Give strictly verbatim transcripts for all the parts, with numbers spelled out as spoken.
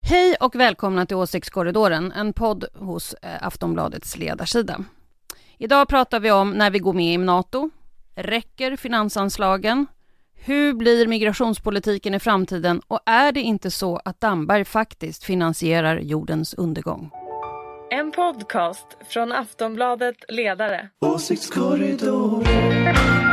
Hej och välkomna till Åsiktskorridoren, en podd hos Aftonbladets ledarsida. Idag pratar vi om när vi går med i NATO, räcker finansanslagen, hur blir migrationspolitiken i framtiden och är det inte så att Damberg faktiskt finansierar jordens undergång? En podcast från Aftonbladet ledare. Åsiktskorridoren.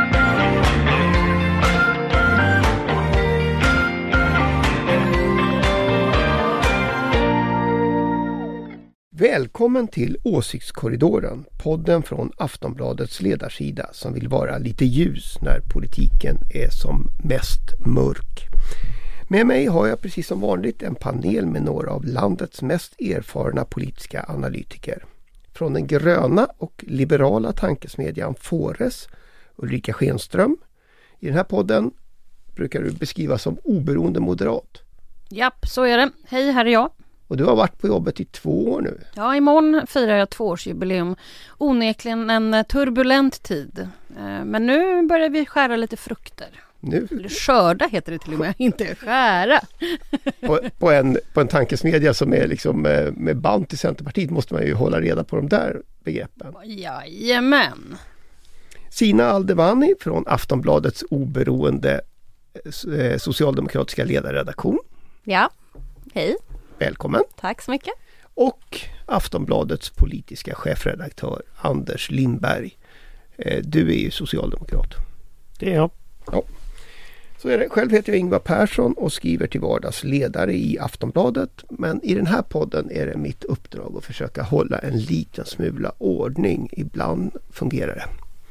Välkommen till Åsiktskorridoren, podden från Aftonbladets ledarsida som vill vara lite ljus när politiken är som mest mörk. Med mig har jag precis som vanligt en panel med några av landets mest erfarna politiska analytiker. Från den gröna och liberala tankesmedjan Fores, Ulrika Schenström. I den här podden brukar du beskrivas som oberoende moderat. Japp, så är det. Hej, här är jag. Och du har varit på jobbet i två år nu. Ja, imorgon firar jag tvåårsjubileum. Onekligen en turbulent tid. Men nu börjar vi skära lite frukter. Nu. Eller skörda heter det till och med, inte skära. På, på, en, på en tankesmedja som är liksom med, med band till Centerpartiet måste man ju hålla reda på de där begreppen. Jajamän. Sina Aldevani från Aftonbladets oberoende eh, socialdemokratiska ledarredaktion. Ja, hej. Välkommen. Tack så mycket. Och Aftonbladets politiska chefredaktör Anders Lindberg. Eh, du är ju socialdemokrat. Det är jag. Ja. Så är det. Själv heter jag Ingvar Persson och skriver till vardags ledare i Aftonbladet. Men i den här podden är det mitt uppdrag att försöka hålla en liten smula ordning. Ibland fungerar det.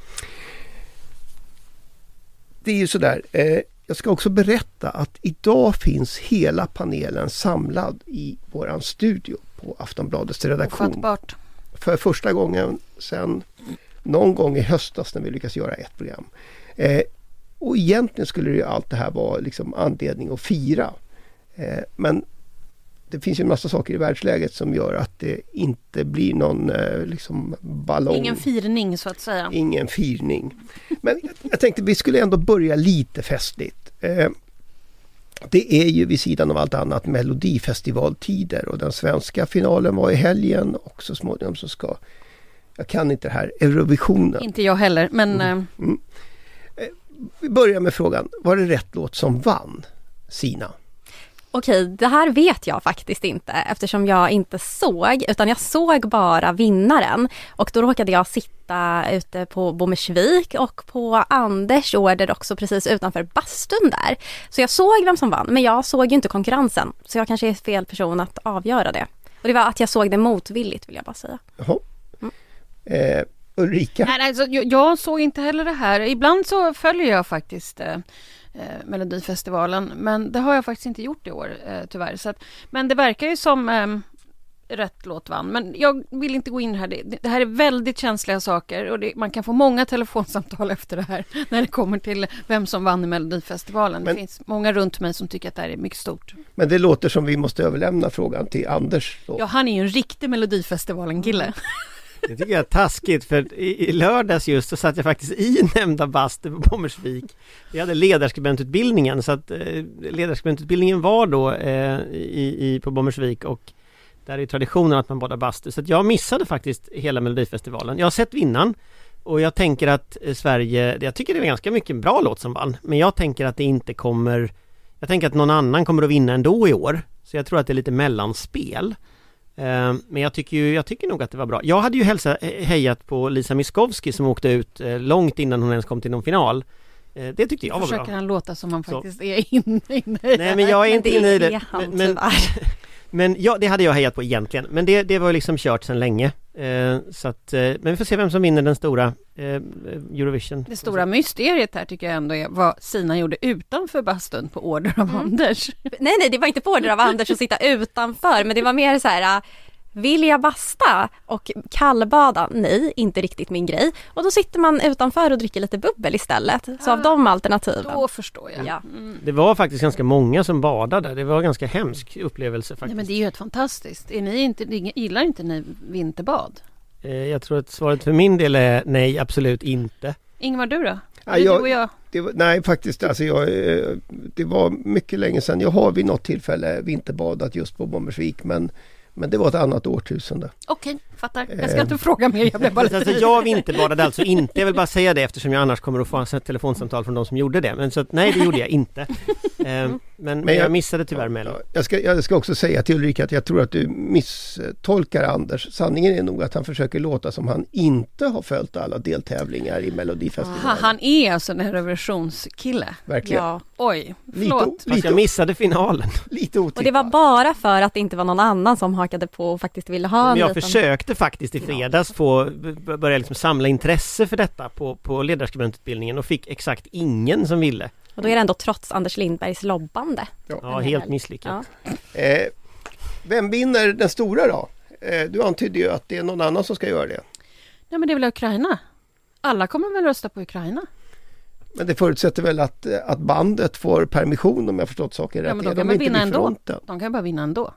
Det är ju sådär. Eh, jag ska också berätta att idag finns hela panelen samlad i våran studio på Aftonbladets redaktion. Ofattbart. För första gången sedan någon gång i höstas när vi lyckas göra ett program. Eh, Och egentligen skulle ju allt det här vara liksom anledning att fira. Eh, men det finns ju en massa saker i världsläget som gör att det inte blir någon eh, liksom ballong. Ingen firning så att säga. Ingen firning. Men jag, jag tänkte vi skulle ändå börja lite festligt. Eh, det är ju vid sidan av allt annat Melodifestivaltider och den svenska finalen var i helgen och så småningom så ska, jag kan inte det här, Eurovisionen. Inte jag heller, men... Mm. Mm. Vi börjar med frågan, var det rätt låt som vann, Sina? Okej, det här vet jag faktiskt inte eftersom jag inte såg, utan jag såg bara vinnaren. Och då råkade jag sitta ute på Bommersvik och på Anders order också precis utanför bastun där. Så jag såg vem som vann, men jag såg ju inte konkurrensen. Så jag kanske är fel person att avgöra det. Och det var att jag såg det motvilligt, vill jag bara säga. Jaha. Mm. Eh, Ulrika? Nej, alltså, jag, jag såg inte heller det här. Ibland så följer jag faktiskt eh, Melodifestivalen, men det har jag faktiskt inte gjort i år eh, tyvärr. Så att, men det verkar ju som eh, rätt låt vann. Men jag vill inte gå in här. Det, det här är väldigt känsliga saker och det, man kan få många telefonsamtal efter det här när det kommer till vem som vann i Melodifestivalen. Men, det finns många runt mig som tycker att det här är mycket stort. Men det låter som vi måste överlämna frågan till Anders. Då. Ja, han är ju en riktig Melodifestivalen-kille. Det tycker jag är taskigt för i, i lördags just så satt jag faktiskt i nämnda bastu på Bommersvik. Vi hade ledarskribentutbildningen så att eh, ledarskribentutbildningen var då eh, i, i, på Bommersvik och där är traditionen att man badar bastu. Så att jag missade faktiskt hela Melodifestivalen. Jag har sett vinnaren och jag tänker att eh, Sverige, jag tycker det är ganska mycket en bra låt som vann. Men jag tänker att det inte kommer, jag tänker att någon annan kommer att vinna ändå i år. Så jag tror att det är lite mellanspel. Men jag tycker, ju, jag tycker nog att det var bra. Jag hade ju hälsa, hejat på Lisa Miskovsky som åkte ut långt innan hon ens kom till någon final. Det tyckte jag var bra. Försöker han låta som han faktiskt Så. är inne i det. Nej, men jag är inte inne i det. Men, men, men ja, det hade jag hejat på egentligen. Men det, det var liksom kört sedan länge. Eh, så att, eh, men vi får se vem som vinner den stora eh, Eurovision. Det stora mysteriet här tycker jag ändå är vad Sina gjorde utanför bastun på order av mm. Anders. Nej, nej, det var inte på order av Anders att sitta utanför, men det var mer så här... Vill jag basta och kallbada? Nej, inte riktigt min grej. Och då sitter man utanför och dricker lite bubbel istället. Så ah, av de alternativen. Då förstår jag. Ja. Mm. Det var faktiskt ganska många som badade. Det var en ganska hemsk upplevelse faktiskt. Nej, men det är ju helt fantastiskt. Är ni inte, gillar inte ni vinterbad? Eh, jag tror att svaret för min del är nej, absolut inte. Ingvar, du då? Ja, det jag, du och jag? det var, nej, faktiskt. Alltså jag, det var mycket länge sedan. Jag har vid något tillfälle vinterbadat just på Bommersvik, men, men det var ett annat årtusende. Okej, fattar. Jag ska inte fråga mer. Jag blev bara lite... Alltså, jag vinterbadade alltså inte. Jag vill bara säga det eftersom jag annars kommer att få ett telefonsamtal från de som gjorde det. Men så att, nej, det gjorde jag inte. Eh, men, men jag, jag missade tyvärr Mello. Ja, jag, ska, jag ska också säga till Ulrika att jag tror att du misstolkar Anders. Sanningen är nog att han försöker låta som han inte har följt alla deltävlingar i Melodifestivalen. Aha, han är alltså en revolutionskille. Verkligen. Ja. Oj, förlåt. Lite, Fast jag missade finalen. Lite otippat. Och det var bara för att det inte var någon annan som hakade på och faktiskt ville ha Men en jag liten... försökte faktiskt i fredags få b- börja liksom samla intresse för detta på, på ledarskribentutbildningen och fick exakt ingen som ville. Och då är det ändå trots Anders Lindbergs lobbande. Ja, Ja, helt misslyckat. Ja. Eh, vem vinner den stora då? Eh, du antydde ju att det är någon annan som ska göra det. Nej, men det är väl Ukraina. Alla kommer väl rösta på Ukraina. Men det förutsätter väl att, att bandet får permission om jag förstått saker rätt. Ja, men de Är kan väl inte vinna vid ändå. fronten? De kan bara vinna ändå.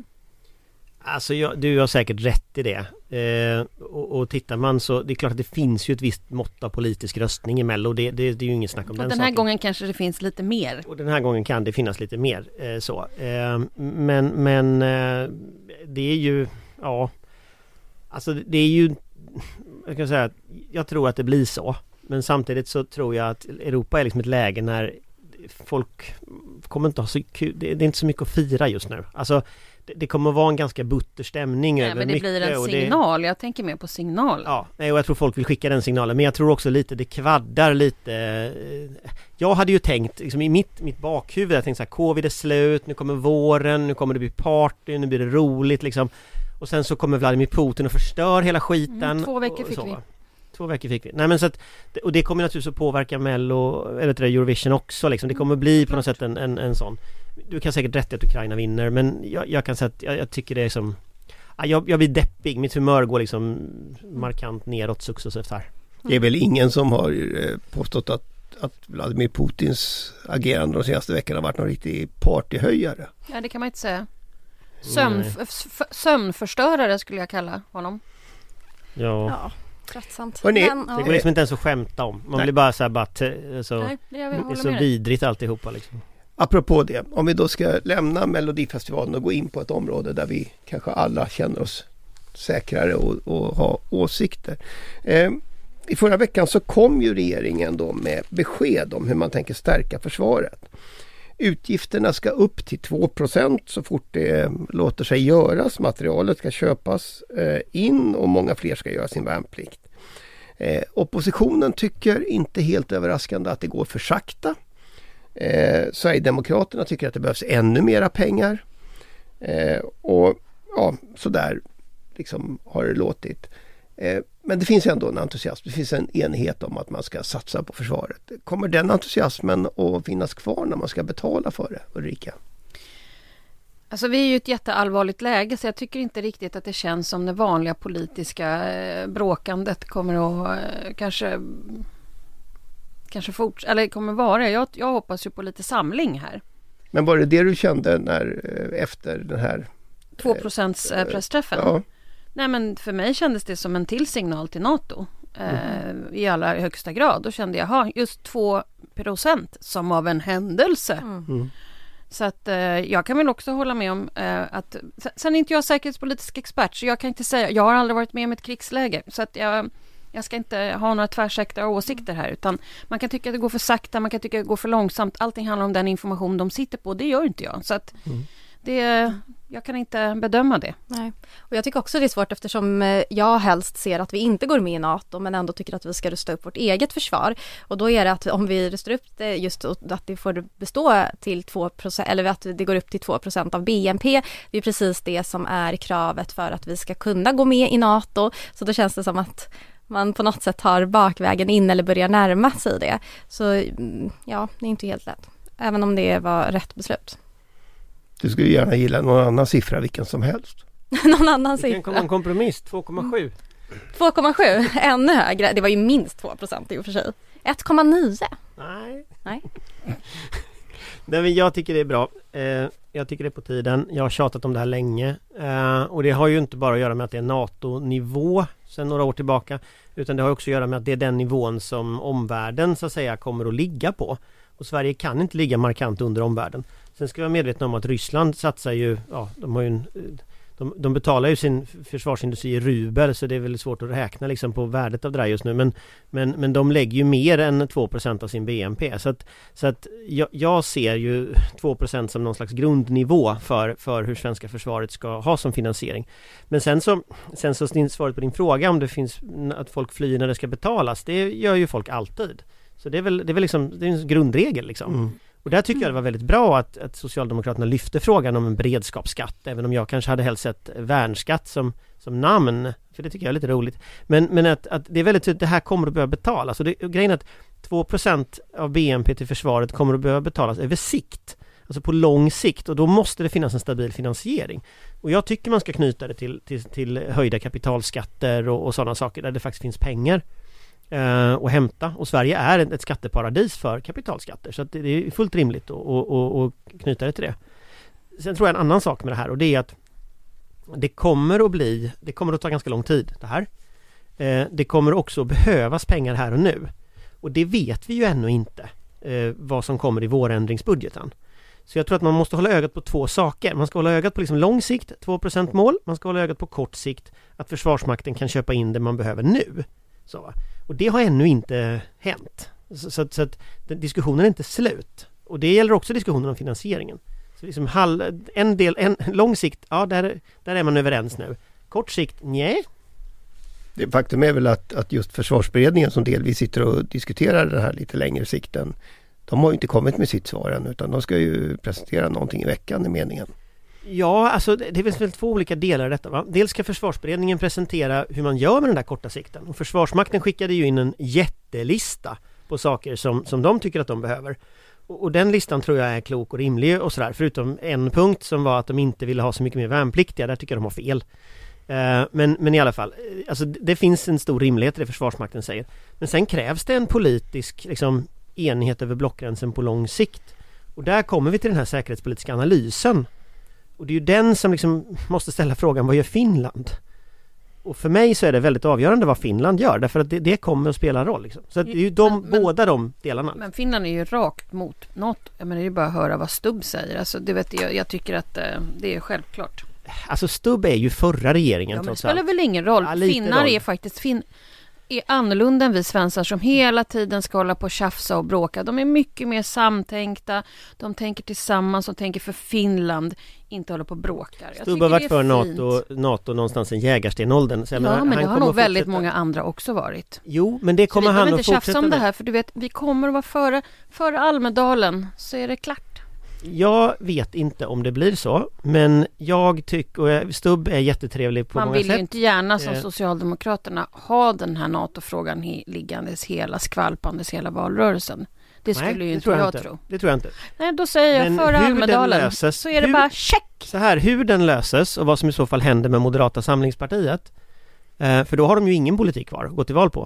Alltså jag, du har säkert rätt i det. Eh, och, och tittar man så, det är klart att det finns ju ett visst mått av politisk röstning i Mello. Det, det, det är ju inget snack om Och den, den här saken. gången kanske det finns lite mer. Och den här gången kan det finnas lite mer eh, så. Eh, men men eh, det är ju, ja, alltså det är ju, jag kan säga att jag tror att det blir så. Men samtidigt så tror jag att Europa är liksom ett läge när folk kommer inte ha så kul, det, det är inte så mycket att fira just nu. Alltså det, det kommer vara en ganska butter stämning Nej, över men det mycket. blir en och signal. Det... Jag tänker mer på signal. Ja, och jag tror folk vill skicka den signalen. Men jag tror också lite, det kvaddar lite. Jag hade ju tänkt, liksom, i mitt, mitt bakhuvud, jag tänkte så här, covid är slut, nu kommer våren, nu kommer det bli party, nu blir det roligt liksom. Och sen så kommer Vladimir Putin och förstör hela skiten. Mm, två veckor fick så, vi. Två veckor fick vi. Nej, men så att, och det kommer naturligtvis att påverka Mello, eller det Eurovision också liksom. Det kommer bli på något sätt en, en, en sån. Du kan säkert rätt att Ukraina vinner, men jag, jag kan säga att jag, jag tycker det är som, jag, jag blir deppig, mitt humör går liksom markant neråt successivt här. Det är väl ingen som har eh, påstått att, att Vladimir Putins agerande de senaste veckorna har varit någon riktig partyhöjare. Ja, det kan man inte säga. Sömn, f- f- sömnförstörare skulle jag kalla honom. Ja. Ja, tröttsamt. Hörrni, Men, ja. Det går liksom inte ens att skämta om. Man Nej. blir bara så här, bara t- så, Nej, det, jag det är håller så med dig. vidrigt alltihopa liksom. Apropå det, om vi då ska lämna Melodifestivalen och gå in på ett område där vi kanske alla känner oss säkrare och, och har åsikter. Eh, I förra veckan så kom ju regeringen då med besked om hur man tänker stärka försvaret. Utgifterna ska upp till två procent så fort det låter sig göras. Materialet ska köpas eh, in och många fler ska göra sin värnplikt. Eh, oppositionen tycker inte helt överraskande att det går för sakta. Eh, Sverigedemokraterna tycker att det behövs ännu mera pengar. Eh, och ja, så där liksom har det låtit. Eh, men det finns ändå en entusiasm. Det finns en enighet om att man ska satsa på försvaret. Kommer den entusiasmen att finnas kvar när man ska betala för det, Ulrika? Alltså vi är ju i ett jätteallvarligt läge så jag tycker inte riktigt att det känns som det vanliga politiska eh, bråkandet kommer att eh, kanske kanske fort, eller kommer vara. Jag, jag hoppas ju på lite samling här. Men var det det du kände när eh, efter den här två procents eh, pressträffen? Ja. Nej, men för mig kändes det som en till signal till NATO eh, mm. i allra högsta grad. Då kände jag, ha just två procent som av en händelse. Mm. Mm. Så att eh, jag kan väl också hålla med om eh, att, sen är inte jag säkerhetspolitisk expert så jag kan inte säga, jag har aldrig varit med om ett krigsläge så att jag, jag ska inte ha några tvärsäkra åsikter här utan man kan tycka att det går för sakta, man kan tycka att det går för långsamt, allting handlar om den information de sitter på, det gör inte jag så att Mm. det, jag kan inte bedöma det. Nej. Och jag tycker också det är svårt eftersom jag helst ser att vi inte går med i NATO men ändå tycker att vi ska rusta upp vårt eget försvar. Och då är det att om vi rustar upp det just att det får bestå till två procent eller att det går upp till två procent av B N P. Det är precis det som är kravet för att vi ska kunna gå med i NATO. Så då känns det som att man på något sätt tar bakvägen in eller börjar närma sig det. Så ja, det är inte helt lätt. Även om det var rätt beslut. Du skulle gärna gilla någon annan siffra, vilken som helst. Någon annan Det kan siffra. komma en kompromiss, två komma sju. två komma sju, ännu högre. Det var ju minst två procent i och för sig. ett komma nio. Nej. Nej. Nej, men jag tycker det är bra. Eh, jag tycker det är på tiden. Jag har tjatat om det här länge. Uh, och det har ju inte bara att göra med att det är NATO-nivå sedan några år tillbaka, utan det har också att göra med att det är den nivån som omvärlden så att säga kommer att ligga på. Och Sverige kan inte ligga markant under omvärlden. Sen ska vi vara medvetna om att Ryssland satsar ju, ja, de har ju en, de, de betalar ju sin försvarsindustri i rubel, så det är väldigt svårt att räkna liksom på värdet av det där just nu. Men, men, men de lägger ju mer än två procent av sin B N P. Så att, så att jag, jag ser ju två procent som någon slags grundnivå för, för hur svenska försvaret ska ha som finansiering. Men sen så, sen så svaret på din fråga om det finns att folk flyr när det ska betalas, det gör ju folk alltid. Så det är väl, det är väl liksom, det är en grundregel liksom. Mm. Och där tycker jag det var väldigt bra att, att Socialdemokraterna lyfte frågan om en beredskapsskatt, även om jag kanske hade helst sett värnskatt som, som namn, för det tycker jag är lite roligt. Men, men att, att det är väldigt tydligt, det här kommer att behöva betalas. Och, det, och grejen är att två procent av B N P till försvaret kommer att behöva betalas över sikt, alltså på lång sikt, och då måste det finnas en stabil finansiering. Och jag tycker man ska knyta det till, till, till höjda kapitalskatter och, och sådana saker där det faktiskt finns pengar och hämta, och Sverige är ett skatteparadis för kapitalskatter, så att det är fullt rimligt att, att, att, att knyta det till det. Sen tror jag en annan sak med det här, och det är att det kommer att bli, det kommer att ta ganska lång tid det här. Det kommer också att behövas pengar här och nu, och det vet vi ju ännu inte vad som kommer i vårändringsbudgeten. Så jag tror att man måste hålla ögat på två saker. Man ska hålla ögat på liksom lång sikt, två procent mål. Man ska hålla ögat på kort sikt, att Försvarsmakten kan köpa in det man behöver nu. Så. Och det har ännu inte hänt. Så, så, så att diskussionen är inte slut. Och det gäller också diskussionen om finansieringen. Så liksom halv, en del, en lång sikt, ja där, där är man överens nu. Kort sikt, nej. Det faktum är väl att, att just försvarsberedningen som delvis sitter och diskuterar den här lite längre sikten, de har ju inte kommit med sitt svar än, utan de ska ju presentera någonting i veckan i meningen. Ja, alltså det, det finns väl två olika delar i detta, va? Dels ska försvarsberedningen presentera hur man gör med den där korta sikten. Och Försvarsmakten skickade ju in en jättelista på saker som, som de tycker att de behöver. Och, och den listan tror jag är klok och rimlig och sådär. Förutom en punkt som var att de inte ville ha så mycket mer värnpliktiga. Där tycker jag de har fel. Uh, men, men i alla fall, alltså det, det finns en stor rimlighet i det Försvarsmakten säger. Men sen krävs det en politisk liksom, enighet över blockgränsen på lång sikt. Och där kommer vi till den här säkerhetspolitiska analysen. Och det är ju den som liksom måste ställa frågan, vad gör Finland? Och för mig så är det väldigt avgörande vad Finland gör, därför att det, det kommer att spela roll. Liksom. Så att det är ju de, men, båda de delarna. Men Finland är ju rakt mot något. Jag menar, det är ju bara att höra vad Stubb säger. Alltså, det vet jag, jag tycker att eh, det är självklart. Alltså Stubb är ju förra regeringen. Ja, men det spelar väl ingen roll. Ja, Finnar roll. är faktiskt fin- är annorlunda än vi svenskar som hela tiden ska hålla på och tjafsa och bråka. De är mycket mer samtänkta. De tänker tillsammans och tänker för Finland, inte hålla på och bråkar. Stubb har varit för NATO, NATO någonstans en jägarstenåldern. Så ja, menar, men det har nog väldigt fortsätta. många andra också varit. Jo, men det kommer han att fortsätta med. Vi behöver inte tjafsa om det här, för du vet, vi kommer att vara före, före Almedalen, så är det klart. Jag vet inte om det blir så, men jag tycker, och Stubb är jättetrevlig på Man många sätt. Man vill ju inte gärna som eh. Socialdemokraterna ha den här NATO-frågan he- liggandes hela skvalpandes hela valrörelsen. Det skulle Nej, ju det inte tror jag, jag inte. tro. Det tror jag inte. Nej, då säger jag men före Almedalen löses, så är det hur, bara check! Så här, hur den löses och vad som i så fall händer med Moderata samlingspartiet, eh, för då har de ju ingen politik kvar att gå till val på.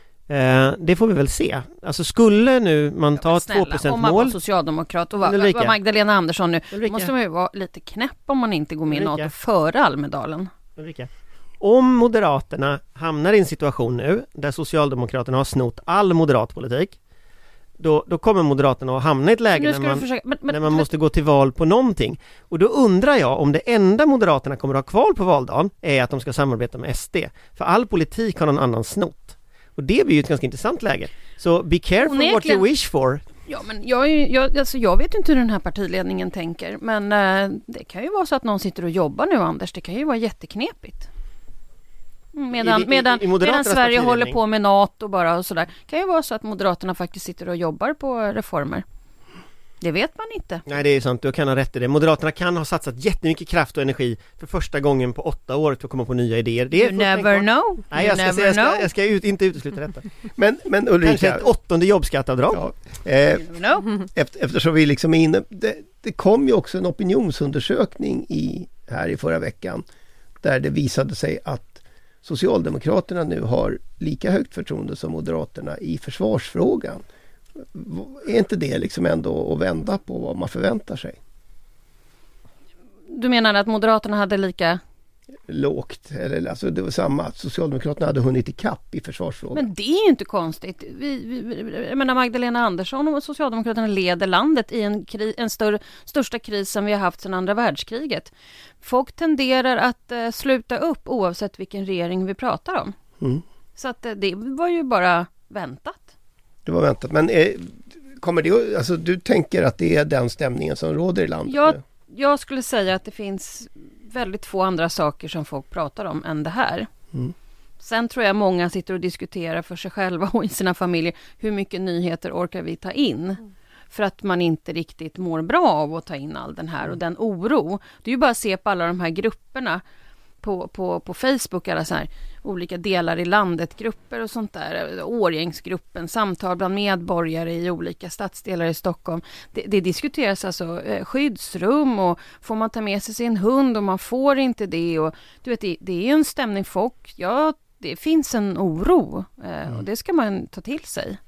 Eh, det får vi väl se. Alltså skulle nu man ta ja, två procent mål... om man var socialdemokrat och var, var Magdalena Andersson nu, Ulrika. måste man ju vara lite knäpp om man inte går med i NATO före Almedalen. Ulrika. Om Moderaterna hamnar i en situation nu där Socialdemokraterna har snott all moderat politik, då, då kommer Moderaterna att hamna i ett läge när man, försöka, men, men, när man men, måste gå till val på någonting. Och då undrar jag om det enda Moderaterna kommer att ha kvar på valdagen är att de ska samarbeta med S D. För all politik har någon annan snott. Och det blir ju ett ganska intressant läge. Så be careful Onekligen. What you wish for. Ja, men jag, är, jag, alltså jag vet inte hur den här partiledningen tänker. Men eh, det kan ju vara så att någon sitter och jobbar nu, Anders. Det kan ju vara jätteknepigt. Medan, I, medan, i medan Sverige håller på med NATO bara och sådär. Det kan ju vara så att Moderaterna faktiskt sitter och jobbar på reformer. Det vet man inte. Nej, det är sant. Du kan ha rätt i det. Moderaterna kan ha satsat jättemycket kraft och energi för första gången på åtta år för att komma på nya idéer. Det är you never know. Nej, jag ska, never jag ska, know. jag ska ut, inte utesluta detta. men, men Ulrika... Kanske ett åttonde jobbskattavdrag. Ja, eh, efter, eftersom vi liksom är inne... Det, det kom ju också en opinionsundersökning i, här i förra veckan där det visade sig att Socialdemokraterna nu har lika högt förtroende som Moderaterna i försvarsfrågan. Är inte det liksom ändå att vända på vad man förväntar sig? Du menar att Moderaterna hade lika lågt. Eller, alltså det var samma, att Socialdemokraterna hade hunnit i kapp i försvarsfrågan. Men det är ju inte konstigt. Vi, vi, jag menar Magdalena Andersson och Socialdemokraterna leder landet i en, kri, en större, största kris som vi har haft sedan andra världskriget. Folk tenderar att uh, sluta upp oavsett vilken regering vi pratar om. Mm. Så att uh, det var ju bara väntat. Det var väntat. Men eh, kommer det, alltså, du tänker att det är den stämningen som råder i landet? Jag, jag skulle säga att det finns väldigt få andra saker som folk pratar om än det här. Mm. Sen tror jag många sitter och diskuterar för sig själva och i sina familjer hur mycket nyheter orkar vi ta in. Mm. För att man inte riktigt mår bra av att ta in all den här och den oro. Det är ju bara att se på alla de här grupperna på, på, på Facebook, alla så här olika delar i landet, grupper och sånt där, Årgängsgruppen, samtal bland medborgare i olika stadsdelar i Stockholm. Det, det diskuteras alltså eh, skyddsrum och får man ta med sig sin hund och man får inte det. Och, du vet, det, det är en stämning folk, ja, det finns en oro eh, mm. och det ska man ta till sig.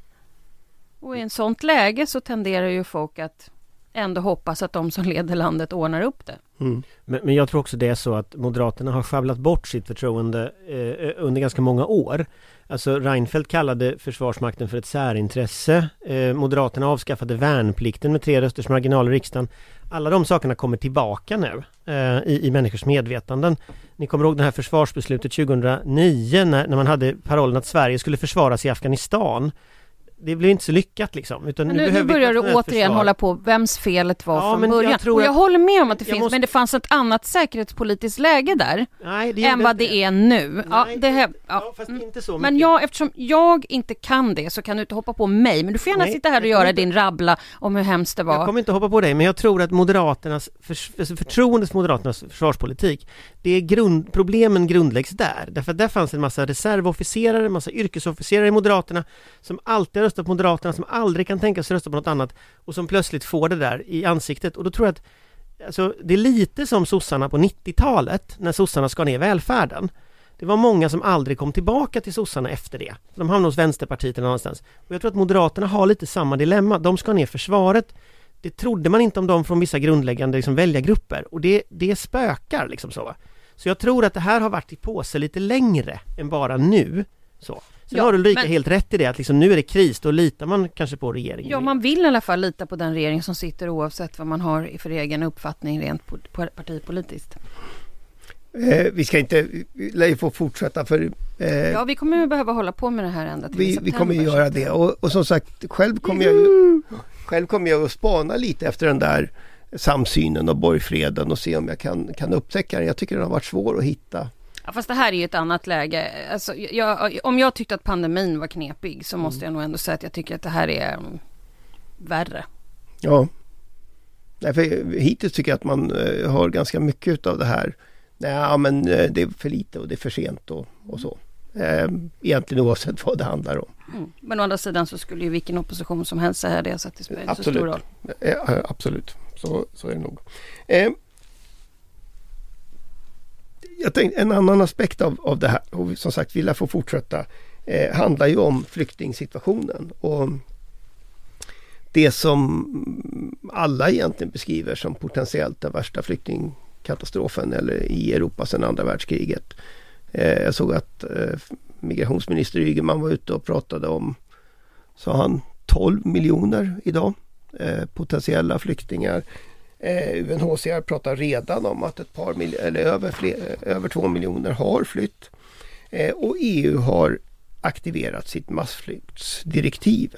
Och i en sånt läge så tenderar ju folk att ändå hoppas att de som leder landet ordnar upp det. Mm. Men, men jag tror också det är så att Moderaterna har sjabblat bort sitt förtroende eh, under ganska många år. Alltså Reinfeldt kallade Försvarsmakten för ett särintresse. Eh, Moderaterna avskaffade värnplikten med tre rösters marginal i riksdagen. Alla de sakerna kommer tillbaka nu eh, i, i människors medvetanden. Ni kommer ihåg det här försvarsbeslutet tjugohundranio när, när man hade parollen att Sverige skulle försvaras i Afghanistan. Det blir inte så lyckat liksom. Utan men nu, nu, nu nu börjar du återigen försvar. hålla på vems felet var ja, från början. Jag och jag att, håller med om att det finns, måste, men det fanns ett annat säkerhetspolitiskt läge där nej, det än vad det, det är nu. Nej, ja, det här, ja. Ja, fast inte så men mycket. jag, eftersom jag inte kan det så kan du inte hoppa på mig. Men du får gärna nej, sitta här och göra inte. din rabbla om hur hemskt det var. Jag kommer inte hoppa på dig, men jag tror att Moderaternas för, förtroendet för Moderaternas försvarspolitik, det är grund, problemen grundläggs där. Därför att där fanns en massa reservofficerare, en massa yrkesofficerare i Moderaterna som alltid röstat på Moderaterna, som aldrig kan tänka sig rösta på något annat och som plötsligt får det där i ansiktet. Och då tror jag att alltså, det är lite som sossarna på nittiotalet när sossarna skar ner välfärden. Det var många som aldrig kom tillbaka till sossarna efter det. De hamnade hos Vänsterpartiet eller någonstans. Och jag tror att Moderaterna har lite samma dilemma. De skar ner försvaret. Det trodde man inte om dem från vissa grundläggande liksom, väljargrupper. Och det, det spökar liksom så. Så jag tror att det här har varit på sig lite längre än bara nu. Så. Sen ja, har du lika men... helt rätt i det att liksom, nu är det kris, då litar man kanske på regeringen. Ja, man vill i alla fall lita på den regering som sitter oavsett vad man har för egen uppfattning rent partipolitiskt. Eh, vi ska inte lär få fortsätta för... Eh, ja, vi kommer ju behöva hålla på med det här ända till vi, september. Vi kommer ju göra det och, och som sagt, själv kommer jag ju, själv kommer jag att spana lite efter den där samsynen och borgfreden och se om jag kan, kan upptäcka den. Jag tycker den har varit svår att hitta. Ja, fast det här är ju ett annat läge. Alltså, jag, om jag tyckte att pandemin var knepig så måste jag nog ändå säga att jag tycker att det här är um, värre. Ja. Nej, för hittills tycker jag att man uh, har ganska mycket av det här. Nej, men uh, det är för lite och det är för sent och, och så. Uh, egentligen oavsett vad det handlar om. Mm. Men å andra sidan så skulle ju vilken opposition som helst säga det, så att det spelar inte så stor roll. Uh, absolut, så, så är det nog. Uh, Jag tänkte, en annan aspekt av, av det här, och som sagt vill jag få fortsätta, eh, handlar ju om flyktingsituationen. Och det som alla egentligen beskriver som potentiellt den värsta flyktingkatastrofen eller i Europa sedan andra världskriget. Eh, jag såg att eh, migrationsminister Ygeman var ute och pratade om, sa han, tolv miljoner idag eh, potentiella flyktingar. Eh, U N H C R pratar redan om att ett par mil- eller över, fler, över två miljoner har flytt. Eh, och E U har aktiverat sitt massflyktsdirektiv.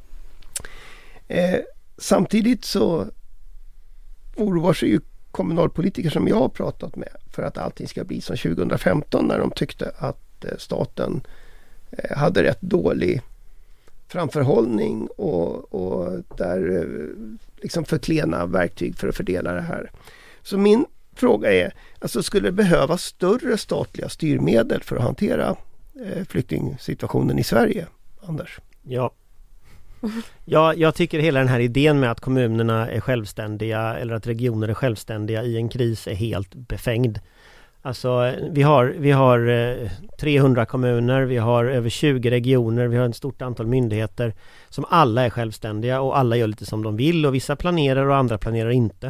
Eh, samtidigt så oroar sig ju kommunalpolitiker som jag har pratat med för att allting ska bli som tjugohundrafemton när de tyckte att eh, staten eh, hade rätt dålig framförhållning och, och där eh, liksom förklena verktyg för att fördela det här. Så min fråga är, alltså skulle det behövas större statliga styrmedel för att hantera eh, flyktingsituationen i Sverige, Anders? Ja. Ja, jag tycker hela den här idén med att kommunerna är självständiga eller att regioner är självständiga i en kris är helt befängd. Alltså vi har, vi har eh, trehundra kommuner, vi har över tjugo regioner, vi har ett stort antal myndigheter som alla är självständiga och alla gör lite som de vill och vissa planerar och andra planerar inte.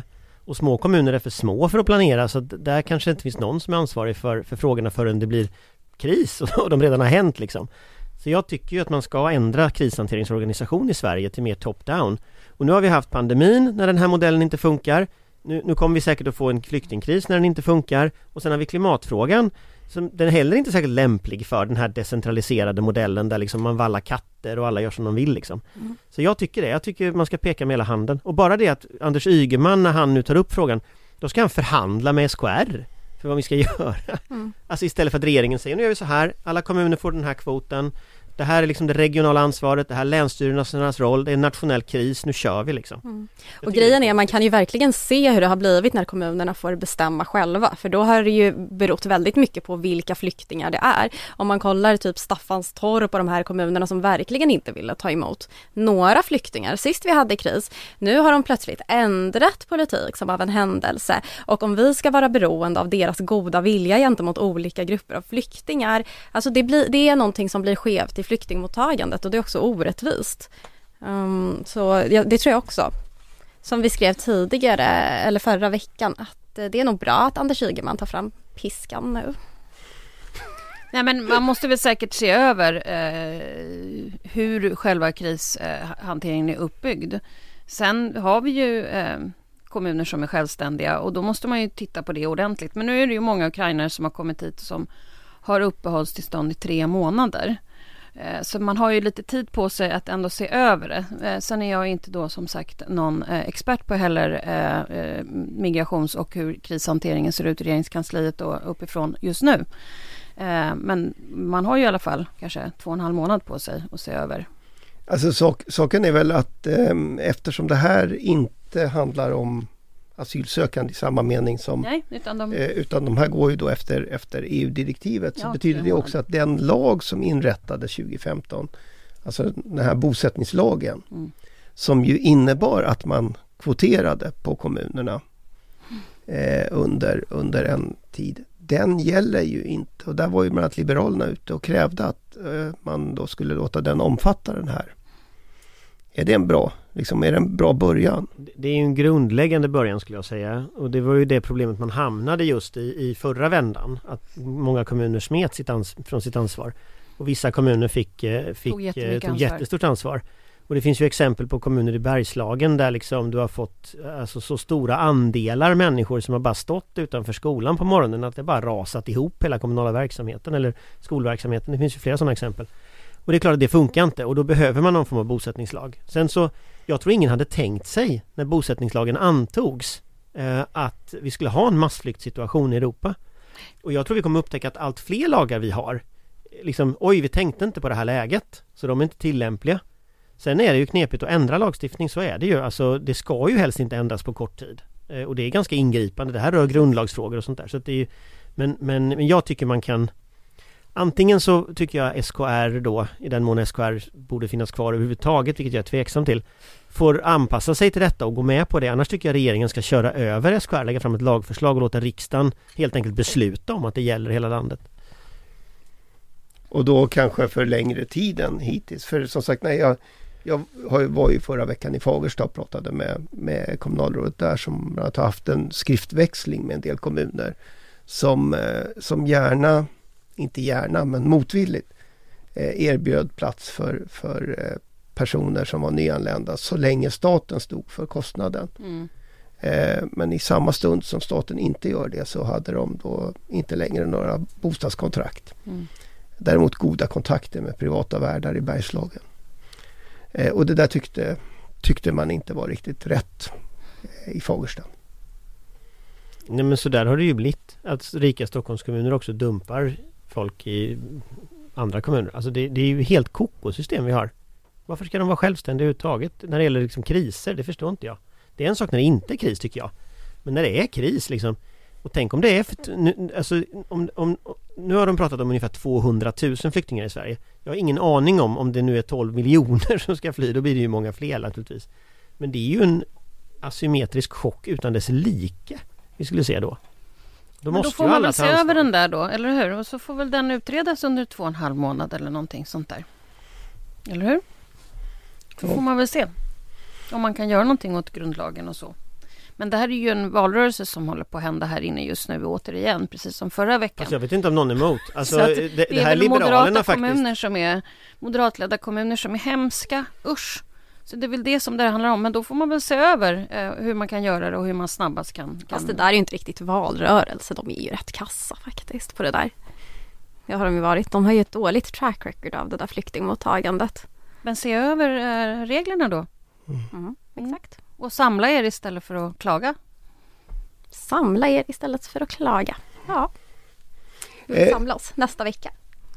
Och små kommuner är för små för att planera, så att där kanske inte finns någon som är ansvarig för, för frågorna förrän det blir kris och de redan har hänt liksom. Så jag tycker ju att man ska ändra krishanteringsorganisation i Sverige till mer top-down. Och nu har vi haft pandemin när den här modellen inte funkar. Nu, nu kommer vi säkert att få en flyktingkris när den inte funkar. Och sen har vi klimatfrågan som den är heller inte särskilt lämplig för den här decentraliserade modellen där liksom man vallar katter och alla gör som de vill liksom. Mm. Så jag tycker det. Jag tycker man ska peka med hela handen. Och bara det att Anders Ygeman, när han nu tar upp frågan, då ska han förhandla med S K R för vad vi ska göra. Mm. Alltså istället för att regeringen säger, nu gör vi så här, alla kommuner får den här kvoten. Det här är liksom det regionala ansvaret, det här är länsstyrelsernas roll, det är en nationell kris, nu kör vi liksom. Mm. Och grejen är, man kan ju verkligen se hur det har blivit när kommunerna får bestämma själva. För då har det ju berott väldigt mycket på vilka flyktingar det är. Om man kollar typ Staffanstorp och de här kommunerna som verkligen inte ville ta emot några flyktingar. Sist vi hade kris, nu har de plötsligt ändrat politik som av en händelse. Och om vi ska vara beroende av deras goda vilja gentemot olika grupper av flyktingar, alltså det, blir, det är någonting som blir skevt i flyktingmottagandet och det är också orättvist. Um, så ja, det tror jag också. Som vi skrev tidigare, eller förra veckan, att det är nog bra att Anders Ygeman tar fram piskan nu. Nej, men man måste väl säkert se över eh, hur själva krishanteringen är uppbyggd. Sen har vi ju eh, kommuner som är självständiga och då måste man ju titta på det ordentligt. Men nu är det ju många ukrainare som har kommit hit som har uppehållstillstånd i tre månader. Så man har ju lite tid på sig att ändå se över det. Sen är jag inte då som sagt någon expert på heller eh, migrations- och hur krishanteringen ser ut i regeringskansliet och uppifrån just nu. Eh, men man har ju i alla fall kanske två och en halv månad på sig att se över. Alltså sak, saken är väl att eh, eftersom det här inte handlar om asylsökande i samma mening som Nej, utan, de... eh, utan de här går ju då efter, efter E U-direktivet, så ja, betyder det också att den lag som inrättades tjugo femton, alltså den här bosättningslagen mm. som ju innebar att man kvoterade på kommunerna eh, under, under en tid, den gäller ju inte, och där var ju bland annat Liberalerna ute och krävde att eh, man då skulle låta den omfatta den här. Är det en bra, liksom, är det en bra början? Det är ju en grundläggande början skulle jag säga. Och det var ju det problemet man hamnade just i, i förra vändan. Att många kommuner smet sitt ans- från sitt ansvar. Och vissa kommuner fick, fick tog, tog jättestort ansvar. Och det finns ju exempel på kommuner i Bergslagen där liksom du har fått alltså, så stora andelar människor som har bara stått utanför skolan på morgonen att det bara rasat ihop hela kommunala verksamheten eller skolverksamheten. Det finns ju flera sådana exempel. Och det är klart att det funkar inte och då behöver man någon form av bosättningslag. Sen så, jag tror ingen hade tänkt sig när bosättningslagen antogs eh, att vi skulle ha en massflyktsituation i Europa. Och jag tror vi kommer upptäcka att allt fler lagar vi har, liksom, oj vi tänkte inte på det här läget, så de är inte tillämpliga. Sen är det ju knepigt att ändra lagstiftning, så är det ju. Alltså det ska ju helst inte ändras på kort tid. Eh, och det är ganska ingripande, det här rör grundlagsfrågor och sånt där. Så att det är ju, men, men, men jag tycker man kan antingen så tycker jag S K R då, i den mån S K R borde finnas kvar överhuvudtaget, vilket jag är tveksam till, får anpassa sig till detta och gå med på det. Annars tycker jag regeringen ska köra över S K R, lägga fram ett lagförslag och låta riksdagen helt enkelt besluta om att det gäller hela landet. Och då kanske för längre tid än hittills. För som sagt, nej, jag, jag var ju förra veckan i Fagersta och pratade med, med kommunalrådet där som har haft en skriftväxling med en del kommuner som, som gärna inte gärna, men motvilligt eh, erbjöd plats för, för eh, personer som var nyanlända så länge staten stod för kostnaden. Mm. Eh, men i samma stund som staten inte gör det så hade de då inte längre några bostadskontrakt. Mm. Däremot goda kontakter med privata värdar i Bergslagen. Eh, och det där tyckte, tyckte man inte var riktigt rätt eh, i Fagersta. Nej, men så där har det ju blivit. Att rika Stockholmskommuner också dumpar folk i andra kommuner. Alltså det, det är ju helt kokosystem vi har. Varför ska de vara självständiga överhuvudtaget när det gäller liksom kriser? Det förstår inte jag. Det är en sak när det inte är kris tycker jag. Men när det är kris liksom. Och tänk om det är för, nu, alltså, om, om, nu har de pratat om ungefär tvåhundratusen flyktingar i Sverige. Jag har ingen aning om om det nu är tolv miljoner som ska fly. Då blir det ju många fler naturligtvis. Men det är ju en asymmetrisk chock utan dess like vi skulle se då. Då, Men då får man väl se över den där då, eller hur? Och så får väl den utredas under två och en halv månad eller någonting sånt där. Eller hur? Då får man väl se om man kan göra någonting åt grundlagen och så. Men det här är ju en valrörelse som håller på att hända här inne just nu återigen, precis som förra veckan. Alltså jag vet inte om någon är emot. Alltså, det, det, det det är här väl moderata faktiskt... kommuner som är moderatledda kommuner som är hemska, usch. Så det är väl det som det handlar om. Men då får man väl se över eh, hur man kan göra det och hur man snabbast kan... kan... Fast det där är ju inte riktigt valrörelse. De är ju rätt kassa faktiskt på det där. Det har de ju varit. De har ju ett dåligt track record av det där flyktingmottagandet. Men se över eh, reglerna då. Mm. Mm, exakt. Och samla er istället för att klaga. Samla er istället för att klaga. Ja. Vi Eh. samla oss nästa vecka.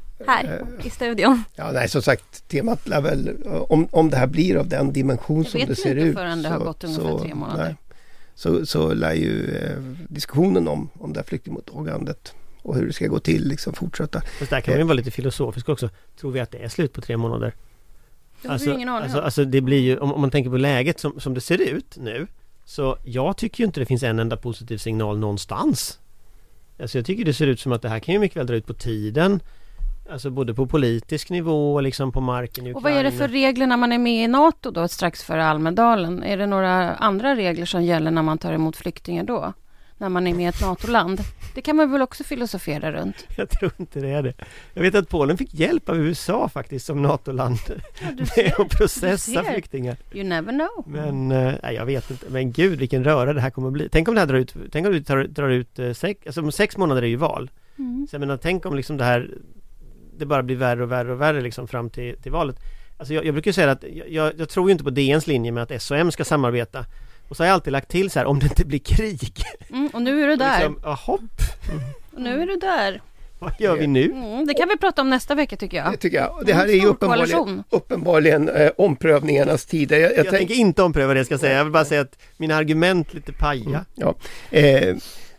Här i studion. Ja, nej, som sagt, temat lär väl, om, om det här blir av den dimension som det ser ut. Det vet vi inte förrän det har gått ungefär så, tre månader. Nej, så, så lär ju eh, diskussionen om, om det här flyktingmottagandet och hur det ska gå till liksom fortsätta. Fast där kan man ju vara lite filosofisk också. Tror vi att det är slut på tre månader? Det har alltså, vi ingen aning alltså, om. alltså det blir ju, om, om man tänker på läget som, som det ser ut nu, så jag tycker ju inte det finns en enda positiv signal någonstans. Alltså jag tycker det ser ut som att det här kan ju mycket väl dra ut på tiden. Alltså både på politisk nivå och liksom på marken i Ukraina. Och vad är det för regler när man är med i NATO då strax före Almedalen? Är det några andra regler som gäller när man tar emot flyktingar då? När man är med i ett NATO-land? Det kan man väl också filosofera runt? Jag tror inte det är det. Jag vet att Polen fick hjälp av U S A faktiskt som NATO-land Ja, med att processa flyktingar. You never know. Men eh, nej, jag vet inte. Men gud vilken röra det här kommer att bli. Tänk om det här drar ut, tänk om det tar, drar ut eh, sex, alltså om sex månader är ju val. Mm. Så jag menar, tänk om liksom det här det bara blir värre och värre och värre liksom fram till, till valet. Alltså jag, jag brukar säga att jag, jag tror ju inte på D N:s linje med att S och M ska samarbeta. Och så har jag alltid lagt till så här, om det inte blir krig. Mm, och nu är du där. Liksom, ah, hopp. Och nu är du där. Vad gör vi nu? Mm, det kan vi prata om nästa vecka tycker jag. Det tycker jag. Det här är ju uppenbarligen, uppenbarligen eh, omprövningarnas tider. Jag, jag, Jag tänk, tänker inte ompröva det jag ska säga. Jag vill bara säga att mina argument lite paja. ja. eh,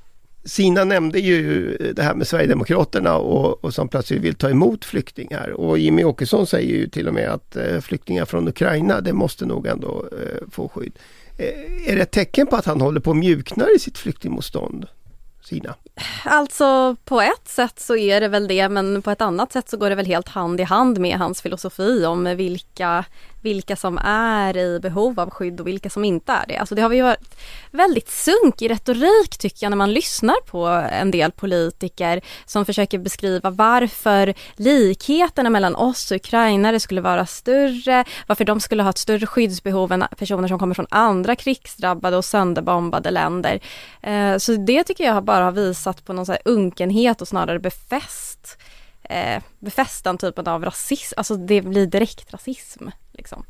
Sina nämnde ju det här med Sverigedemokraterna och, och som plötsligt vill ta emot flyktingar. Och Jimmy Åkesson säger ju till och med att eh, flyktingar från Ukraina, det måste nog ändå eh, få skydd. Eh, är det ett tecken på att han håller på att mjukna i sitt flyktingmotstånd? Sina? Alltså på ett sätt så är det väl det, men på ett annat sätt så går det väl helt hand i hand med hans filosofi om vilka, vilka som är i behov av skydd och vilka som inte är det. Alltså det har ju varit väldigt sunkig retorik tycker jag när man lyssnar på en del politiker som försöker beskriva varför likheterna mellan oss och ukrainare skulle vara större, varför de skulle ha ett större skyddsbehov än personer som kommer från andra krigsdrabbade och sönderbombade länder. Så det tycker jag bara har visat på någon så här unkenhet och snarare befäst eh, befäst den typen av rasism. Alltså det blir direkt rasism liksom.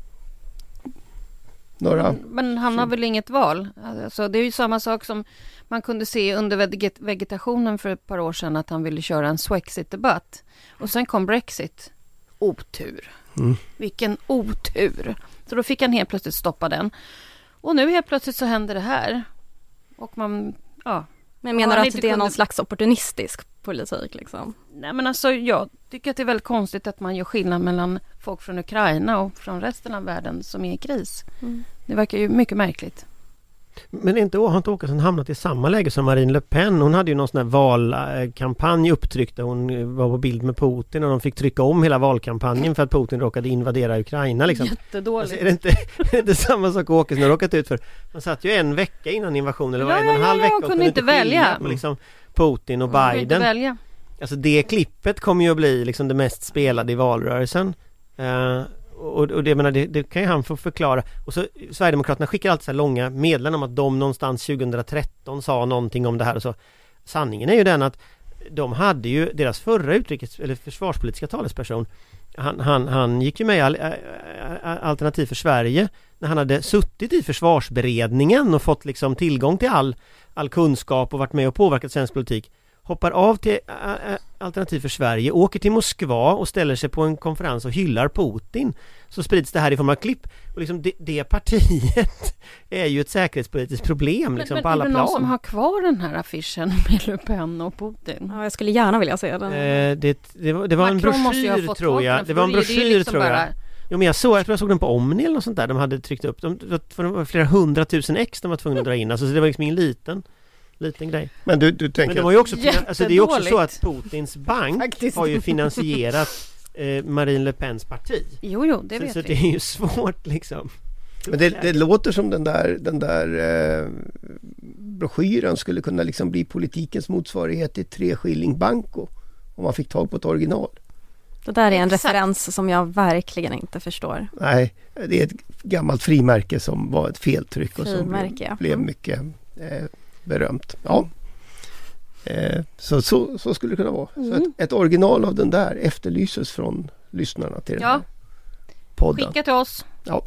Några? Men, men han har väl inget val? Alltså, det är ju samma sak som man kunde se under veget- vegetationen för ett par år sedan att han ville köra en Swexit-debatt. Och sen kom Brexit. Otur. Mm. Vilken otur. Så då fick han helt plötsligt stoppa den. Och nu helt plötsligt så händer det här. Och man, ja... Men jag menar ja, att det är kunde... någon slags opportunistisk politik liksom? Nej men alltså jag tycker att det är väldigt konstigt att man gör skillnad mellan folk från Ukraina och från resten av världen som är i kris. Mm. Det verkar ju mycket märkligt. Men inte, har inte Åkesson hamnat i samma läge som Marine Le Pen? Hon hade ju någon sån här valkampanj upptryckt där hon var på bild med Putin och de fick trycka om hela valkampanjen för att Putin råkade invadera Ukraina. Liksom. Jättedåligt. Alltså, är, det inte, är det inte samma sak Åkesson har råkat ut för? Han satt ju en vecka innan invasionen, eller var ja, en och en ja, halv ja, vecka och och kunde inte välja. På, liksom, Putin och Biden. Biden. Välja. Alltså det klippet kommer ju att bli liksom det mest spelade i valrörelsen. Uh, Och, och det, menar, det, det kan ju han få förklara. Och så Sverigedemokraterna skickar alltid så här långa meddelanden om att de någonstans tjugohundratretton sa någonting om det här och så. Sanningen är ju den att de hade ju deras förra utrikes eller försvarspolitiska talesperson. Han, han, han gick ju med i all, ä, ä, Alternativ för Sverige när han hade suttit i försvarsberedningen och fått liksom tillgång till all, all kunskap och varit med och påverkat svensk politik. Hoppar av till ä, Alternativ för Sverige, åker till Moskva och ställer sig på en konferens och hyllar Putin. Så sprids det här i form av klipp. Och liksom det, det partiet är ju ett säkerhetspolitiskt problem liksom, men, på alla plan. Men är det plan. någon som har kvar den här affischen med Le Pen och Putin? Ja, jag skulle gärna vilja se den. Eh, det, det var, det var en broschyr tror jag. Det var en broschyr tror jag. Bara... Jo, men jag såg, jag tror jag såg den på Omni eller något sånt där. De hade tryckt upp. De, det var flera hundratusen ex de var tvungna att dra in. Alltså, så det var liksom ingen liten... liten grej. Men du, du tänker... Men det var ju också, alltså det är också så att Putins bank Faktiskt. har ju finansierat eh, Marine Le Pens parti. Jo, jo, det så, vet så vi. det är ju svårt liksom. Men det, det låter som den där, den där eh, broschyren skulle kunna liksom bli politikens motsvarighet till tre skilling banko om man fick tag på ett original. Det där är en Exakt. referens som jag verkligen inte förstår. Nej, det är ett gammalt frimärke som var ett feltryck och som Frimärke, blev, ja. blev Mm. mycket eh, berömt. Ja. Eh, så, så, så skulle det kunna vara. Mm. Så ett, ett original av den där efterlyses från lyssnarna till den Ja. här podden. Skicka till oss. Ja.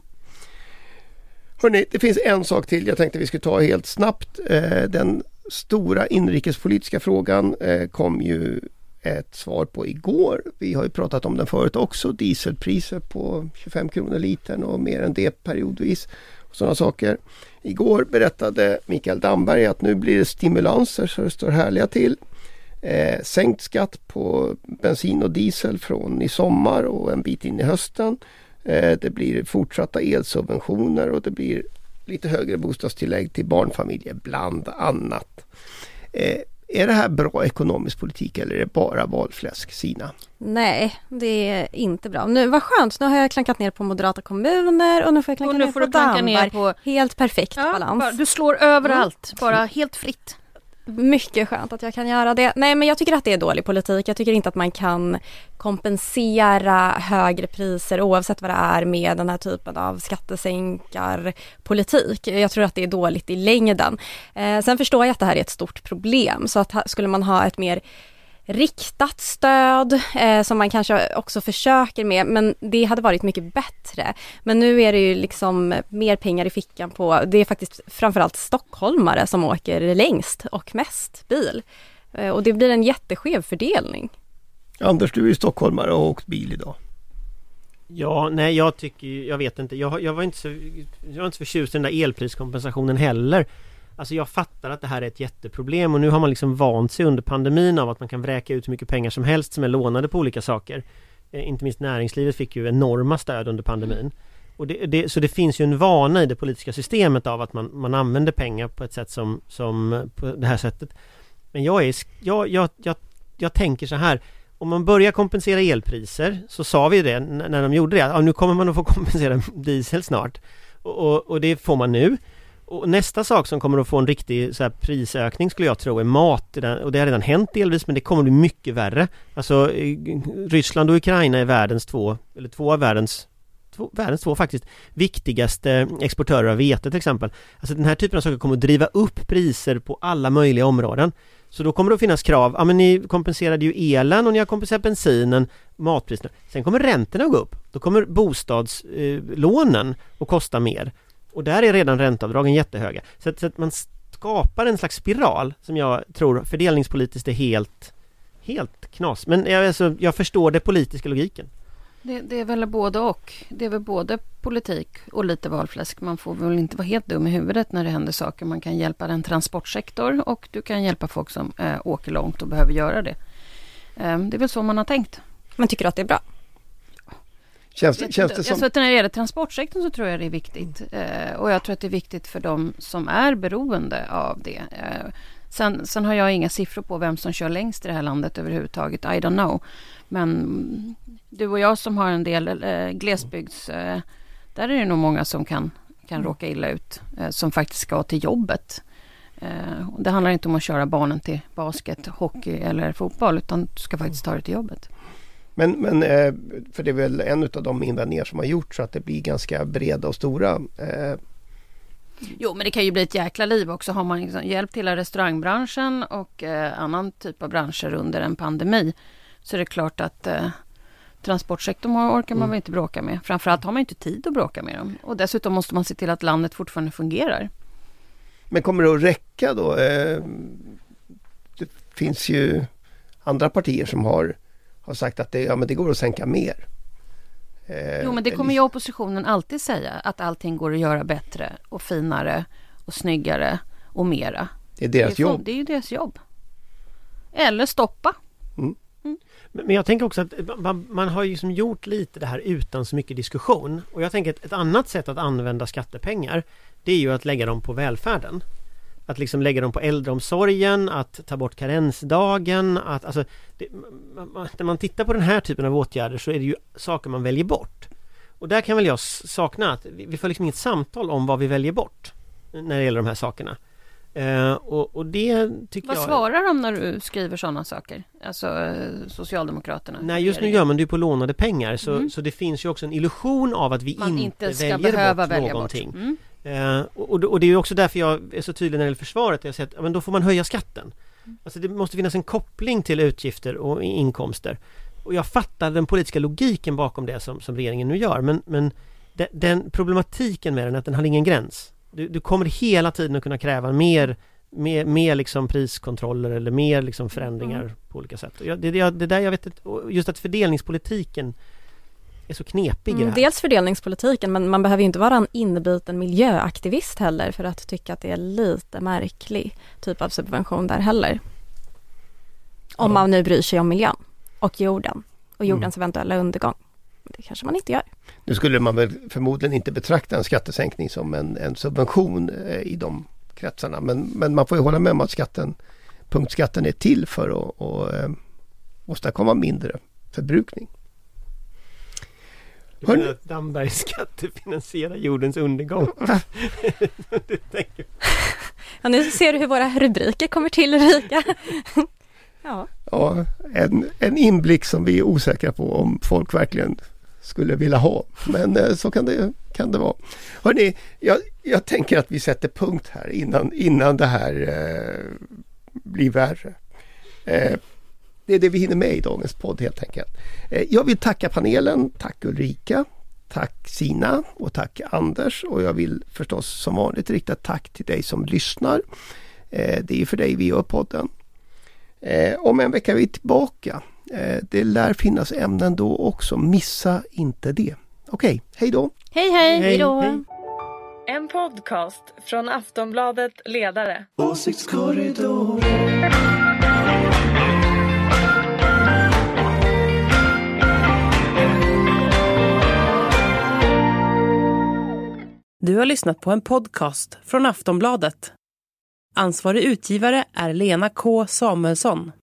Hörrni, det finns en sak till jag tänkte vi skulle ta helt snabbt. Eh, den stora inrikespolitiska frågan eh, kom ju ett svar på igår. Vi har ju pratat om den förut också. Dieselpriser på tjugofem kronor litern och mer än det periodvis. Och sådana saker. Igår berättade Mikael Damberg att nu blir det stimulanser så det står härliga till. Eh, sänkt skatt på bensin och diesel från i sommar och en bit in i hösten. Eh, det blir fortsatta elsubventioner och det blir lite högre bostadstillägg till barnfamiljer bland annat. Eh, är det här bra ekonomisk politik eller är det bara valfläsk, Sina? Nej, det är inte bra. Nu, vad skönt, nu har jag klankat ner på moderata kommuner och nu får jag klanka Och nu ner får på du klanka Damberg. ner på... Helt perfekt Ja, balans. bara, du slår överallt, bara helt fritt. Mycket skönt att jag kan göra det. Nej, men jag tycker att det är dålig politik. Jag tycker inte att man kan kompensera högre priser oavsett vad det är med den här typen av skattesänkarpolitik. Jag tror att det är dåligt i längden. Eh, sen förstår jag att det här är ett stort problem. Så att ha, skulle man ha ett mer riktat stöd eh, som man kanske också försöker med, men det hade varit mycket bättre. Men nu är det ju liksom mer pengar i fickan på, det är faktiskt framförallt stockholmare som åker längst och mest bil. Eh, och det blir en jätteskev fördelning. Anders, du är ju stockholmare och har åkt bil idag. Ja, nej jag tycker ju- jag vet inte. Jag, jag var inte så jag var inte så förtjust i den där elpriskompensationen heller. Alltså jag fattar att det här är ett jätteproblem och nu har man liksom vant sig under pandemin av att man kan vräka ut hur mycket pengar som helst som är lånade på olika saker. Eh, inte minst näringslivet fick ju enorma stöd under pandemin. Och det, det, så det finns ju en vana i det politiska systemet av att man, man använder pengar på ett sätt som, som på det här sättet. Men jag, är, jag, jag, jag, jag tänker så här, om man börjar kompensera elpriser så sa vi det n- när de gjorde det, att ja, nu kommer man att få kompensera diesel snart. Och, och, och det får man nu. Och nästa sak som kommer att få en riktig så här, prisökning skulle jag tro är mat. Och det har redan hänt delvis, men det kommer bli mycket värre. Alltså Ryssland och Ukraina är världens två, eller två av världens två, världens två faktiskt viktigaste exportörer av vete till exempel. Alltså den här typen av saker kommer att driva upp priser på alla möjliga områden. Så då kommer det att finnas krav. Ja, men ni kompenserade ju elen och ni har kompenserat bensinen, matpriserna. Sen kommer räntorna att gå upp. Då kommer bostadslånen eh, att kosta mer. Och där är redan ränteavdragen jättehöga. Så att, så att man skapar en slags spiral som jag tror fördelningspolitiskt är helt, helt knas. Men jag, alltså, jag förstår det politiska logiken. Det, det är väl både och. Det är väl både politik och lite valfläsk. Man får väl inte vara helt dum i huvudet när det händer saker. Man kan hjälpa den transportsektor och du kan hjälpa folk som eh, åker långt och behöver göra det. Eh, det är väl så man har tänkt. Men tycker du att det är bra? Känns det, Jag känns tror- det som... alltså, att när det gäller transportsektorn så tror jag det är viktigt. Eh, och jag tror att det är viktigt för de som är beroende av det. Eh, sen, sen har jag inga siffror på vem som kör längst i det här landet överhuvudtaget. I don't know. Men du och jag som har en del eh, glesbygds... Eh, där är det nog många som kan, kan råka illa ut. Eh, som faktiskt ska till jobbet. Eh, och det handlar inte om att köra barnen till basket, hockey eller fotboll. Utan du ska faktiskt ta det till jobbet. Men, men eh, för det är väl en av de invändningar som har gjort så att det blir ganska breda och stora. Eh, Jo, men det kan ju bli ett jäkla liv också. Har man liksom hjälpt hela restaurangbranschen och eh, annan typ av branscher under en pandemi så är det klart att eh, transportsektorn orkar man Mm. väl inte bråka med. Framförallt har man inte tid att bråka med dem. Och dessutom måste man se till att landet fortfarande fungerar. men kommer det att räcka då? Eh, det finns ju andra partier som har, har sagt att det, ja, men det går att sänka mer. Eh, Jo, men det kommer ju oppositionen alltid säga. Att allting går att göra bättre och finare och snyggare och mera. Det är deras det är, jobb. Det är ju deras jobb. Eller stoppa. Men men jag tänker också att man, man har ju som gjort lite det här utan så mycket diskussion. Och jag tänker att ett annat sätt att använda skattepengar, det är ju att lägga dem på välfärden. Att liksom lägga dem på äldreomsorgen, att ta bort karensdagen. Att, alltså, det, man, man, när man tittar på den här typen av åtgärder så är det ju saker man väljer bort. Och där kan väl jag sakna att vi, vi får liksom inget samtal om vad vi väljer bort när det gäller de här sakerna. Uh, och, och det tycker vad jag... svarar de när du skriver sådana saker? Alltså uh, Socialdemokraterna. Nej, just nu gör man det ju på lånade pengar. Så, mm. så det finns ju också en illusion av att vi man inte, inte ska väljer behöva bort välja någonting. bort. Mm. Uh, och, och det är ju också därför jag är så tydlig när det gäller försvaret. Jag säger att ja, men då får man höja skatten. Mm. Alltså det måste finnas en koppling till utgifter och inkomster. Och jag fattar den politiska logiken bakom det som, som regeringen nu gör. Men, men de, den problematiken med den är att den har ingen gräns. Du, du kommer hela tiden att kunna kräva mer, mer, mer liksom priskontroller eller mer liksom förändringar mm. på olika sätt. Jag, det, det, det där jag vet, just att fördelningspolitiken är så knepig mm, i det här. Dels fördelningspolitiken, men man behöver ju inte vara en inbiten miljöaktivist heller för att tycka att det är lite märklig typ av subvention där heller. Om ja. man nu bryr sig om miljön och jorden och jordens mm. eventuella undergång. Det kanske man inte gör. Nu skulle man väl förmodligen inte betrakta en skattesänkning som en, en subvention eh, i de kretsarna. Men, men man får ju hålla med om att skatten, punktskatten är till för att och, eh, åstadkomma mindre förbrukning. Du menar att Dambergs skatter finansierar jordens undergång? Du tänker. Ja, nu ser du hur våra rubriker kommer till, Ulrika. Ja, ja en, en inblick som vi är osäkra på om folk verkligen skulle vilja ha. Men eh, så kan det, kan det vara. Hörrni, jag, jag tänker att vi sätter punkt här innan, innan det här eh, blir värre. Eh, det är det vi hinner med i dagens podd helt enkelt. Eh, jag vill tacka panelen. Tack Ulrika. Tack Sina och tack Anders. Och jag vill förstås som vanligt rikta tack till dig som lyssnar. Eh, det är för dig vi gör podden. Eh, om en vecka är vi tillbaka. Eh, det lär finnas ämnen då också. Missa inte det. Okej, okay, hej då. Hej hej, hej då. Hej. En podcast från Aftonbladet Ledare. Åsiktskorridor. Du har lyssnat på en podcast från Aftonbladet. Ansvarig utgivare är Lena K. Samuelsson.